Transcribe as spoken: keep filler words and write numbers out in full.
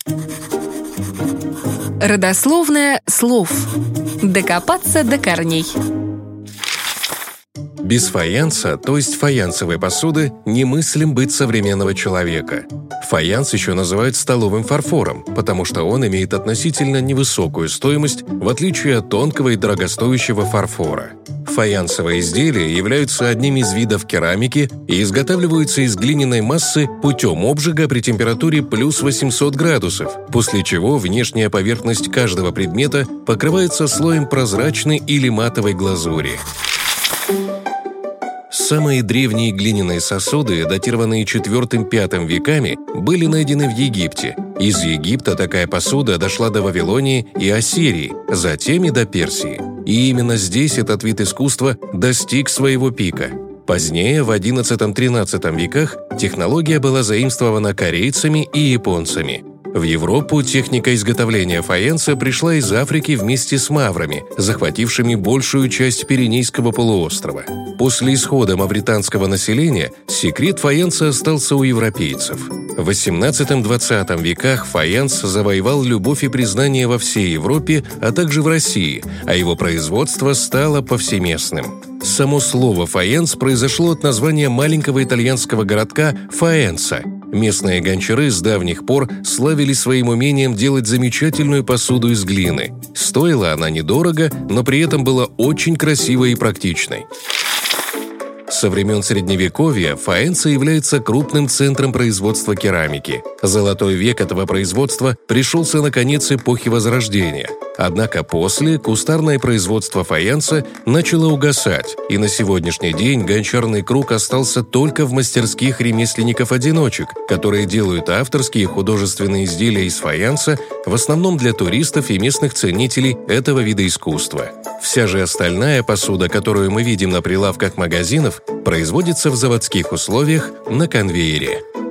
Родословная слов. Докопаться до корней. Без фаянса, то есть фаянсовой посуды, немыслим быт современного человека. Фаянс еще называют столовым фарфором, потому что он имеет относительно невысокую стоимость, в отличие от тонкого и дорогостоящего фарфора. Фаянсовые изделия являются одним из видов керамики и изготавливаются из глиняной массы путем обжига при температуре плюс восемьсот градусов, после чего внешняя поверхность каждого предмета покрывается слоем прозрачной или матовой глазури. Самые древние глиняные сосуды, датированные четвёртым-пятым веками, были найдены в Египте. Из Египта такая посуда дошла до Вавилонии и Ассирии, затем и до Персии. И именно здесь этот вид искусства достиг своего пика. Позднее, в одиннадцатом-тринадцатом веках, технология была заимствована корейцами и японцами. В Европу техника изготовления фаянса пришла из Африки вместе с маврами, захватившими большую часть Пиренейского полуострова. После исхода мавританского населения секрет фаянса остался у европейцев. В восемнадцатом-двадцатом веках фаянс завоевал любовь и признание во всей Европе, а также в России, а его производство стало повсеместным. Само слово «фаянс» произошло от названия маленького итальянского городка Фаэнса. Местные гончары с давних пор славились своим умением делать замечательную посуду из глины. Стоила она недорого, но при этом была очень красивой и практичной. Со времен Средневековья Фаэнса является крупным центром производства керамики. Золотой век этого производства пришелся на конец эпохи Возрождения. Однако после кустарное производство фаянса начало угасать, и на сегодняшний день гончарный круг остался только в мастерских ремесленников-одиночек, которые делают авторские художественные изделия из фаянса в основном для туристов и местных ценителей этого вида искусства. Вся же остальная посуда, которую мы видим на прилавках магазинов, производится в заводских условиях на конвейере.